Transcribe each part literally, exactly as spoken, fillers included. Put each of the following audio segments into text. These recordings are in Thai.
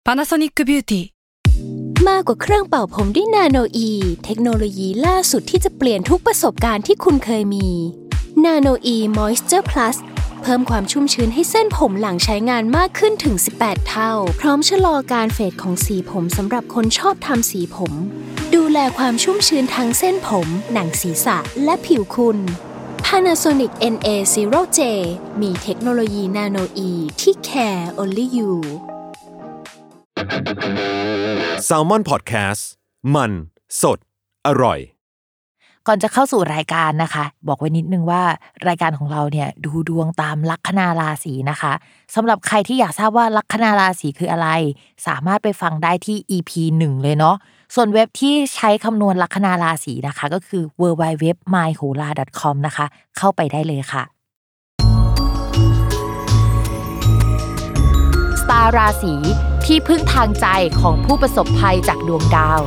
Panasonic Beauty มากกว่าเครื่องเป่าผมด้วยนาโนอีเทคโนโลยีล่าสุดที่จะเปลี่ยนทุกประสบการณ์ที่คุณเคยมีนาโนอีมอยส์เจอร์พลัสเพิ่มความชุ่มชื้นให้เส้นผมหลังใช้งานมากขึ้นถึงสิบแปดเท่าพร้อมชะลอการเฟดของสีผมสำหรับคนชอบทำสีผมดูแลความชุ่มชื้นทั้งเส้นผมหนังศีรษะและผิวคุณ Panasonic เอ็น เอ ศูนย์ เจ มีเทคโนโลยีนาโนอีที่ care only you Salmon Podcast มันสดอร่อยก่อนจะเข้าสู่รายการนะคะบอกไว้นิดนึงว่ารายการของเราเนี่ยดูดวงตามลัคนาราศีนะคะสำหรับใครที่อยากทราบว่าลัคนาราศีคืออะไรสามารถไปฟังได้ที่ อี พี หนึ่งเลยเนาะส่วนเว็บที่ใช้คำนวณลัคนาราศีนะคะก็คือ ดับเบิลยู ดับเบิลยู ดับเบิลยู ดอท มาย โหรา ดอท คอม นะคะเข้าไปได้เลยค่ะสตาร์ราศีที่พึ่งทางใจของผู้ประสบภัยจากดวงดาว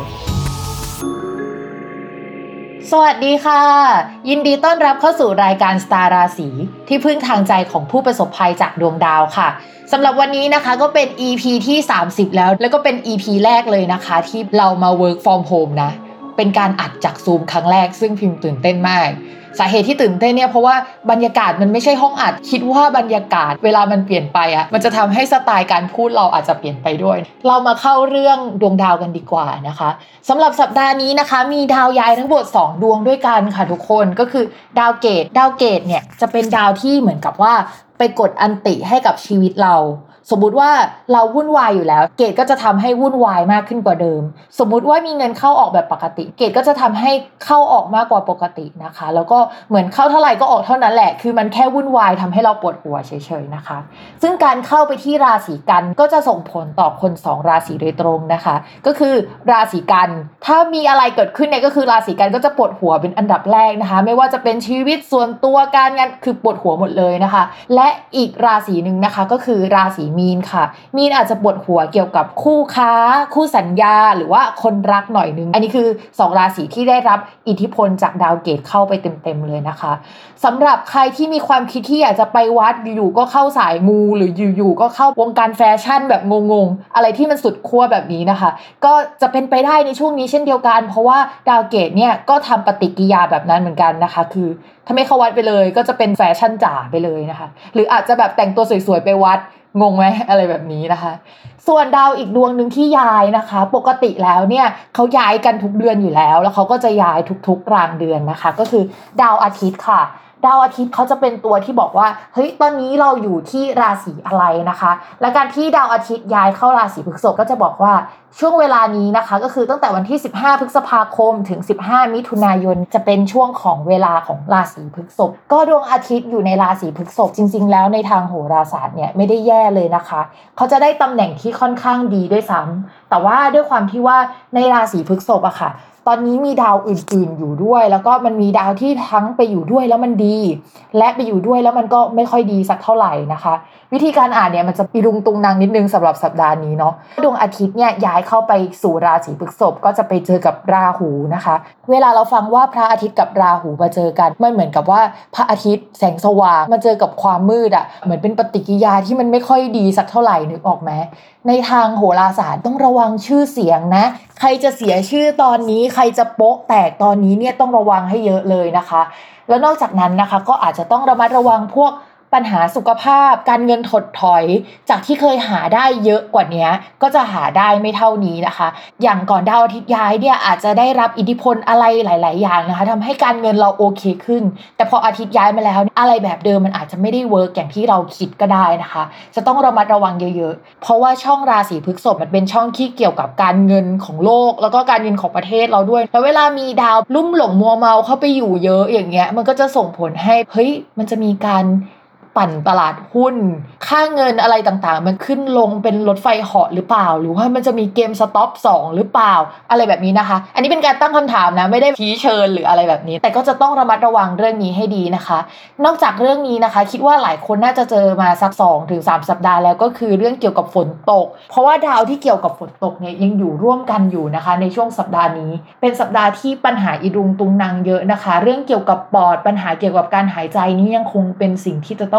สวัสดีค่ะยินดีต้อนรับเข้าสู่รายการสตาร์ราศีที่พึ่งทางใจของผู้ประสบภัยจากดวงดาวค่ะสำหรับวันนี้นะคะก็เป็น อี พี ที่สามสิบแล้วแล้วก็เป็น อี พี แรกเลยนะคะที่เรามา work from home นะเป็นการอัดจาก Zoom ครั้งแรกซึ่งพิมพ์ตื่นเต้นมากสาเหตุที่ตื่นเต้นเนี่ยเพราะว่าบรรยากาศมันไม่ใช่ห้องอัดคิดว่าบรรยากาศเวลามันเปลี่ยนไปอ่ะมันจะทำให้สไตล์การพูดเราอาจจะเปลี่ยนไปด้วยเรามาเข้าเรื่องดวงดาวกันดีกว่านะคะสำหรับสัปดาห์นี้นะคะมีดาวย้ายทั้งหมดสองดวงด้วยกันค่ะทุกคนก็คือดาวเกตดาวเกตเนี่ยจะเป็นดาวที่เหมือนกับว่าไปกดอันติให้กับชีวิตเราสมมุติว่าเราวุ่นวายอยู่แล้วเกตก็จะทำให้วุ่นวายมากขึ้นกว่าเดิมสมมุติว่ามีเงินเข้าออกแบบปกติเกตก็จะทำให้เข้าออกมากกว่าปกตินะคะแล้วก็เหมือนเข้าเท่าไหร่ก็ออกเท่านั้นแหละคือมันแค่วุ่นวายทำให้เราปวดหัวเฉยๆนะคะซึ่งการเข้าไปที่ราศีกันก็จะส่งผลต่อคนสองราศีโดยตรงนะคะก็คือราศีกันถ้ามีอะไรเกิดขึ้นเนี่ยก็คือราศีกันก็จะปวดหัวเป็นอันดับแรกนะคะไม่ว่าจะเป็นชีวิตส่วนตัวการงานคือปวดหัวหมดเลยนะคะและอีกราศีนึงนะคะก็คือราศีมีนค่ะมีนอาจจะปวดหัวเกี่ยวกับคู่ค้าคู่สัญญาหรือว่าคนรักหน่อยนึงอันนี้คือสองราศีที่ได้รับอิทธิพลจากดาวเกตเข้าไปเต็มๆเลยนะคะสำหรับใครที่มีความคิดที่อยากจะไปวัดอยู่ๆก็เข้าสายมูหรืออยู่ๆก็เข้าวงการแฟชั่นแบบงงๆอะไรที่มันสุดขั้วแบบนี้นะคะก็จะเป็นไปได้ในช่วงนี้เช่นเดียวกันเพราะว่าดาวเกตเนี่ยก็ทำปฏิกิริยาแบบนั้นเหมือนกันนะคะคือถ้าไม่เข้าวัดไปเลยก็จะเป็นแฟชั่นจ๋าไปเลยนะคะหรืออาจจะแบบแต่งตัวสวยๆไปวัดงงไหมอะไรแบบนี้นะคะส่วนดาวอีกดวงหนึ่งที่ย้ายนะคะปกติแล้วเนี่ยเขาย้ายกันทุกเดือนอยู่แล้วแล้วเขาก็จะย้ายทุกๆกลางเดือนนะคะก็คือดาวอาทิตย์ค่ะดาวอาทิตย์เขาจะเป็นตัวที่บอกว่าเฮ้ยตอนนี้เราอยู่ที่ราศีอะไรนะคะและการที่ดาวอาทิตย์ย้ายเข้าราศีพฤษภก็จะบอกว่าช่วงเวลานี้นะคะก็คือตั้งแต่วันที่สิบห้าพฤษภาคมถึงสิบห้ามิถุนายนจะเป็นช่วงของเวลาของราศีพฤษภก็ดวงอาทิตย์อยู่ในราศีพฤษภจริงๆแล้วในทางโหราศาสตร์เนี่ยไม่ได้แย่เลยนะคะเขาจะได้ตำแหน่งที่ค่อนข้างดีด้วยซ้ำแต่ว่าด้วยความที่ว่าในราศีพฤษภอะค่ะตอนนี้มีดาวอื่นๆอยู่ด้วยแล้วก็มันมีดาวที่ทั้งไปอยู่ด้วยแล้วมันดีและไปอยู่ด้วยแล้วมันก็ไม่ค่อยดีสักเท่าไหร่นะคะวิธีการอ่านเนี่ยมันจะปีรุงตุงนางนิดนึงสำหรับสัปดาห์นี้เนาะดวงอาทิตย์เนี่ยย้ายเข้าไปสู่ราศีพฤษภก็จะไปเจอกับราหูนะคะเวลาเราฟังว่าพระอาทิตย์กับราหูมาเจอกันมันเหมือนกับว่าพระอาทิตย์แสงสว่างมาเจอกับความมืดอะเหมือนเป็นปฏิกิริยาที่มันไม่ค่อยดีสักเท่าไหร่นึกออกไหมในทางโหราศาสตร์ต้องระวังชื่อเสียงนะใครจะเสียชื่อตอนนี้ใครจะโป๊ะแตกตอนนี้เนี่ยต้องระวังให้เยอะเลยนะคะแล้วนอกจากนั้นนะคะก็อาจจะต้องระมัดระวังพวกปัญหาสุขภาพการเงินถดถอยจากที่เคยหาได้เยอะกว่านี้ก็จะหาได้ไม่เท่านี้นะคะอย่างก่อนดาวอาทิตย์ย้ายเนี่ยอาจจะได้รับอิทธิพลอะไรหลายๆอย่างนะคะทำให้การเงินเราโอเคขึ้นแต่พออาทิตย์ย้ายมาแล้วอะไรแบบเดิมมันอาจจะไม่ได้เวิร์กอย่างที่เราคิดก็ได้นะคะจะต้องระมัดระวังเยอะๆเพราะว่าช่องราศีพฤษภมันเป็นช่องที่เกี่ยวกับการเงินของโลกแล้วก็การเงินของประเทศเราด้วยแล้วเวลามีดาวลุ่มหลงมัวเมาเข้าไปอยู่เยอะอย่างเงี้ยมันก็จะส่งผลให้เฮ้ยมันจะมีการปั่นตลาดหุ้นค่าเงินอะไรต่างๆมันขึ้นลงเป็นรถไฟเหาะหรือเปล่าหรือว่ามันจะมีเกมสต็อปสองหรือเปล่าอะไรแบบนี้นะคะอันนี้เป็นการตั้งคำถามนะไม่ได้ชี้เชิญหรืออะไรแบบนี้แต่ก็จะต้องระมัดระวังเรื่องนี้ให้ดีนะคะนอกจากเรื่องนี้นะคะคิดว่าหลายคนน่าจะเจอมาสัก สองถึงสาม สัปดาห์แล้วก็คือเรื่องเกี่ยวกับฝนตกเพราะว่าดาวที่เกี่ยวกับฝนตกเนี่ยยังอยู่ร่วมกันอยู่นะคะในช่วงสัปดาห์นี้เป็นสัปดาห์ที่ปัญหาอีรุงตุงนางเยอะนะคะเรื่องเกี่ยวกับปอดปัญหาเกี่ยวกับการหายใจนี่ยังคงเป็นสิ่งที่จะต้อง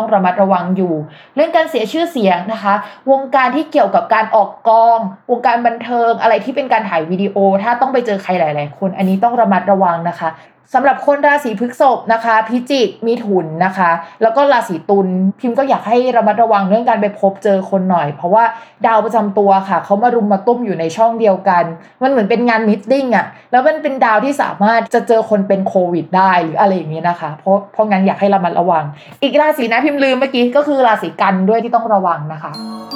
ต้องระมัดระวังอยู่เรื่องการเสียชื่อเสียงนะคะวงการที่เกี่ยวกับการออกกองวงการบันเทิงอะไรที่เป็นการถ่ายวิดีโอถ้าต้องไปเจอใครหลายๆคนอันนี้ต้องระมัดระวังนะคะสำหรับคนราศีพฤษภนะคะพิจิกมิถุนนะคะแล้วก็ราศีตุลพิมพ์ก็อยากให้ระมัดระวังเรื่องการไปพบเจอคนหน่อยเพราะว่าดาวประจำตัวค่ะเขามารุมมาตุ้มอยู่ในช่องเดียวกันมันเหมือนเป็นงานมีตติ้งอ่ะแล้วมันเป็นดาวที่สามารถจะเจอคนเป็นโควิดได้หรืออะไรอย่างนี้นะคะเพราะเพราะงั้นอยากให้ระมัดระวังอีกราศีนะพิมพ์ลืมเมื่อกี้ก็คือราศีกันด้วยที่ต้องระวังนะคะ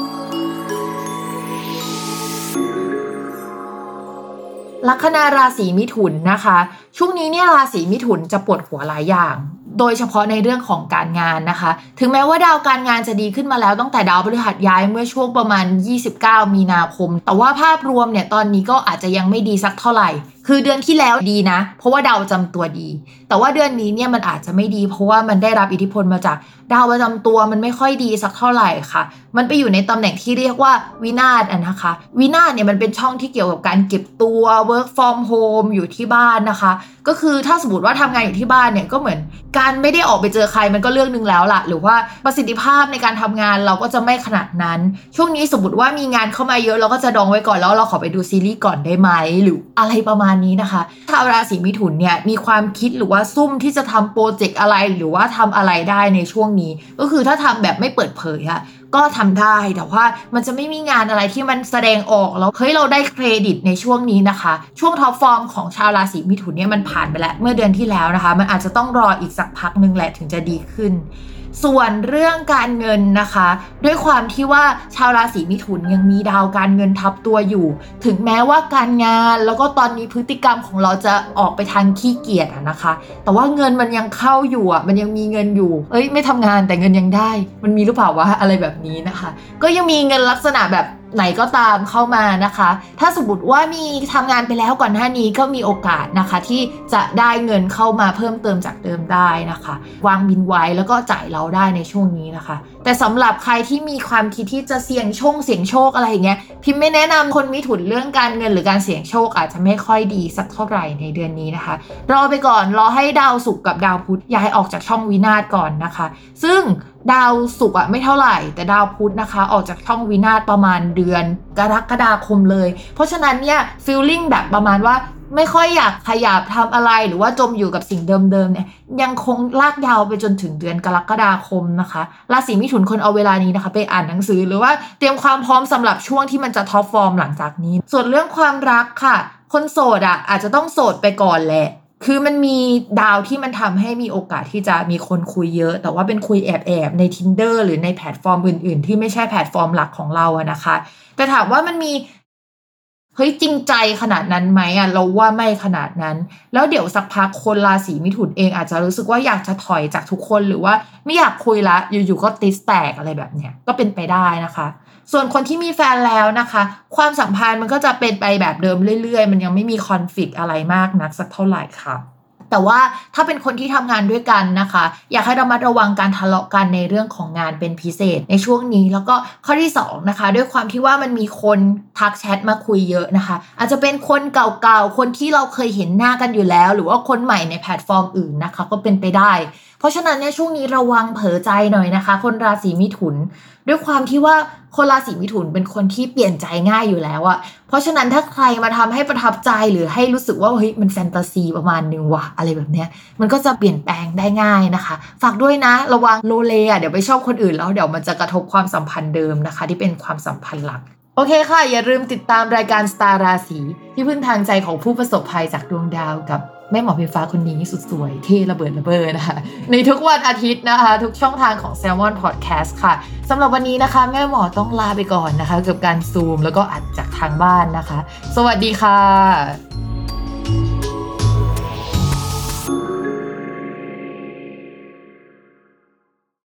ลัคนาราศีมิถุนนะคะช่วงนี้เนี่ยราศีมิถุนจะปวดหัวหลายอย่างโดยเฉพาะในเรื่องของการงานนะคะถึงแม้ว่าดาวการงานจะดีขึ้นมาแล้วตั้งแต่ดาวพฤหัสย้ายเมื่อช่วงประมาณยี่สิบเก้ามีนาคมแต่ว่าภาพรวมเนี่ยตอนนี้ก็อาจจะยังไม่ดีสักเท่าไหร่คือเดือนที่แล้วดีนะเพราะว่าดาวประจำตัวดีแต่ว่าเดือนนี้เนี่ยมันอาจจะไม่ดีเพราะว่ามันได้รับอิทธิพลมาจากดาวประจำตัวมันไม่ค่อยดีสักเท่าไหร่ค่ะมันไปอยู่ในตำแหน่งที่เรียกว่าวินาศอ่ะนะคะวินาศเนี่ยมันเป็นช่องที่เกี่ยวกับการเก็บตัว work from home อยู่ที่บ้านนะคะก็คือถ้าสมมติว่าทำงานอยู่ที่บ้านเนี่ยก็เหมือนการไม่ได้ออกไปเจอใครมันก็เรื่องนึงแล้วล่ะหรือว่าประสิทธิภาพในการทำงานเราก็จะไม่ขนาดนั้นช่วงนี้สมมติว่ามีงานเข้ามาเยอะเราก็จะดองไว้ก่อนแล้วเราขอไปดูซีรีส์ก่อนได้ไหมหรืออะไรประมาณนี้นะคะชาวราศีมิถุนเนี่ยมีความคิดหรือว่าซุ่มที่จะทำโปรเจกต์อะไรหรือว่าทำอะไรได้ในช่วงนี้ก็คือถ้าทำแบบไม่เปิดเผยอะก็ทำได้แต่ว่ามันจะไม่มีงานอะไรที่มันแสดงออกแล้วเฮ้ยเราได้เครดิตในช่วงนี้นะคะช่วงท็อปฟอร์มของชาวราศีมิถุนเนี่ยมันผ่านไปแล้วเมื่อเดือนที่แล้วนะคะมันอาจจะต้องรออีกสักพักนึงแหละถึงจะดีขึ้นส่วนเรื่องการเงินนะคะด้วยความที่ว่าชาวราศีมิถุนยังมีดาวการเงินทับตัวอยู่ถึงแม้ว่าการงานแล้วก็ตอนนี้พฤติกรรมของเราจะออกไปทางขี้เกียจนะคะแต่ว่าเงินมันยังเข้าอยู่อ่ะมันยังมีเงินอยู่เอ้ยไม่ทำงานแต่เงินยังได้มันมีหรือเปล่าวะอะไรแบบนี้นะคะก็ยังมีเงินลักษณะแบบไหนก็ตามเข้ามานะคะถ้าสมมติว่ามีทำงานไปแล้วก่อนหน้านี้ก็มีโอกาสนะคะที่จะได้เงินเข้ามาเพิ่มเติมจากเดิมได้นะคะวางบินไว้แล้วก็จ่ายเราได้ในช่วงนี้นะคะแต่สำหรับใครที่มีความคิดที่จะเสี่ยงโชคเสี่ยงโชคอะไรอย่างเงี้ยพิมไม่แนะนำคนมิถุนเรื่องการเงินหรือการเสี่ยงโชคอาจจะไม่ค่อยดีสักเท่าไหร่ในเดือนนี้นะคะรอไปก่อนรอให้ดาวศุกร์กับดาวพุธย้ายออกจากช่องวินาศก่อนนะคะซึ่งดาวศุกร์อ่ะไม่เท่าไหร่แต่ดาวพุธนะคะออกจากช่องวินาศประมาณเดือนกรกฎาคมเลยเพราะฉะนั้นเนี่ยฟีลลิ่งแบบประมาณว่าไม่ค่อยอยากขยับทำอะไรหรือว่าจมอยู่กับสิ่งเดิมๆเนี่ยยังคงลากยาวไปจนถึงเดือนกรกฎาคมนะคะราศีมิถุนคนเอาเวลานี้นะคะไปอ่านหนังสือหรือว่าเตรียมความพร้อมสำหรับช่วงที่มันจะท็อปฟอร์มหลังจากนี้ส่วนเรื่องความรักค่ะคนโสดอ่ะอาจจะต้องโสดไปก่อนแหละคือมันมีดาวที่มันทำให้มีโอกาสที่จะมีคนคุยเยอะแต่ว่าเป็นคุยแอบๆใน Tinder หรือในแพลตฟอร์มอื่นๆที่ไม่ใช่แพลตฟอร์มหลักของเราอะนะคะแต่ถามว่ามันมีเฮ้ยจริงใจขนาดนั้นไหมอะเราว่าไม่ขนาดนั้นแล้วเดี๋ยวสักพักคนราศีมิถุนเองอาจจะรู้สึกว่าอยากจะถอยจากทุกคนหรือว่าไม่อยากคุยละอยู่ๆก็ติสแตกอะไรแบบเนี้ยก็เป็นไปได้นะคะส่วนคนที่มีแฟนแล้วนะคะความสัมพันธ์มันก็จะเป็นไปแบบเดิมเรื่อยๆมันยังไม่มีคอนฟลิกต์อะไรมากนักสักเท่าไหร่ค่ะแต่ว่าถ้าเป็นคนที่ทำงานด้วยกันนะคะอยากให้ระมัดระวังการทะเลาะกันในเรื่องของงานเป็นพิเศษในช่วงนี้แล้วก็ข้อที่สองนะคะด้วยความที่ว่ามันมีคนทักแชทมาคุยเยอะนะคะอาจจะเป็นคนเก่าๆคนที่เราเคยเห็นหน้ากันอยู่แล้วหรือว่าคนใหม่ในแพลตฟอร์มอื่นนะคะก็เป็นไปได้เพราะฉะนั้นเนี่ยช่วงนี้ระวังเผลอใจหน่อยนะคะคนราศีมิถุนด้วยความที่ว่าคนราศีมิถุนเป็นคนที่เปลี่ยนใจง่ายอยู่แล้วอะเพราะฉะนั้นถ้าใครมาทำให้ประทับใจหรือให้รู้สึกว่าเฮ้ยมันแฟนตาซีประมาณนึงว่ะอะไรแบบเนี้ยมันก็จะเปลี่ยนแปลงได้ง่ายนะคะฝากด้วยนะระวังโลเลอะเดี๋ยวไปชอบคนอื่นแล้วเดี๋ยวมันจะกระทบความสัมพันธ์เดิมนะคะที่เป็นความสัมพันธ์หลักโอเคค่ะอย่าลืมติดตามรายการสตาร์ราศีที่พึ่งทางใจของผู้ประสบภัยจากดวงดาวกับแม่หมอพิมฟ้าคนนี้สุดสวยเท่ระเบิดระเบ้อนะคะในทุกวันอาทิตย์นะคะทุกช่องทางของ Salmon Podcast ค่ะสำหรับวันนี้นะคะแม่หมอต้องลาไปก่อนนะคะกับการซูมแล้วก็อัดจากทางบ้านนะคะสวัสดีค่ะ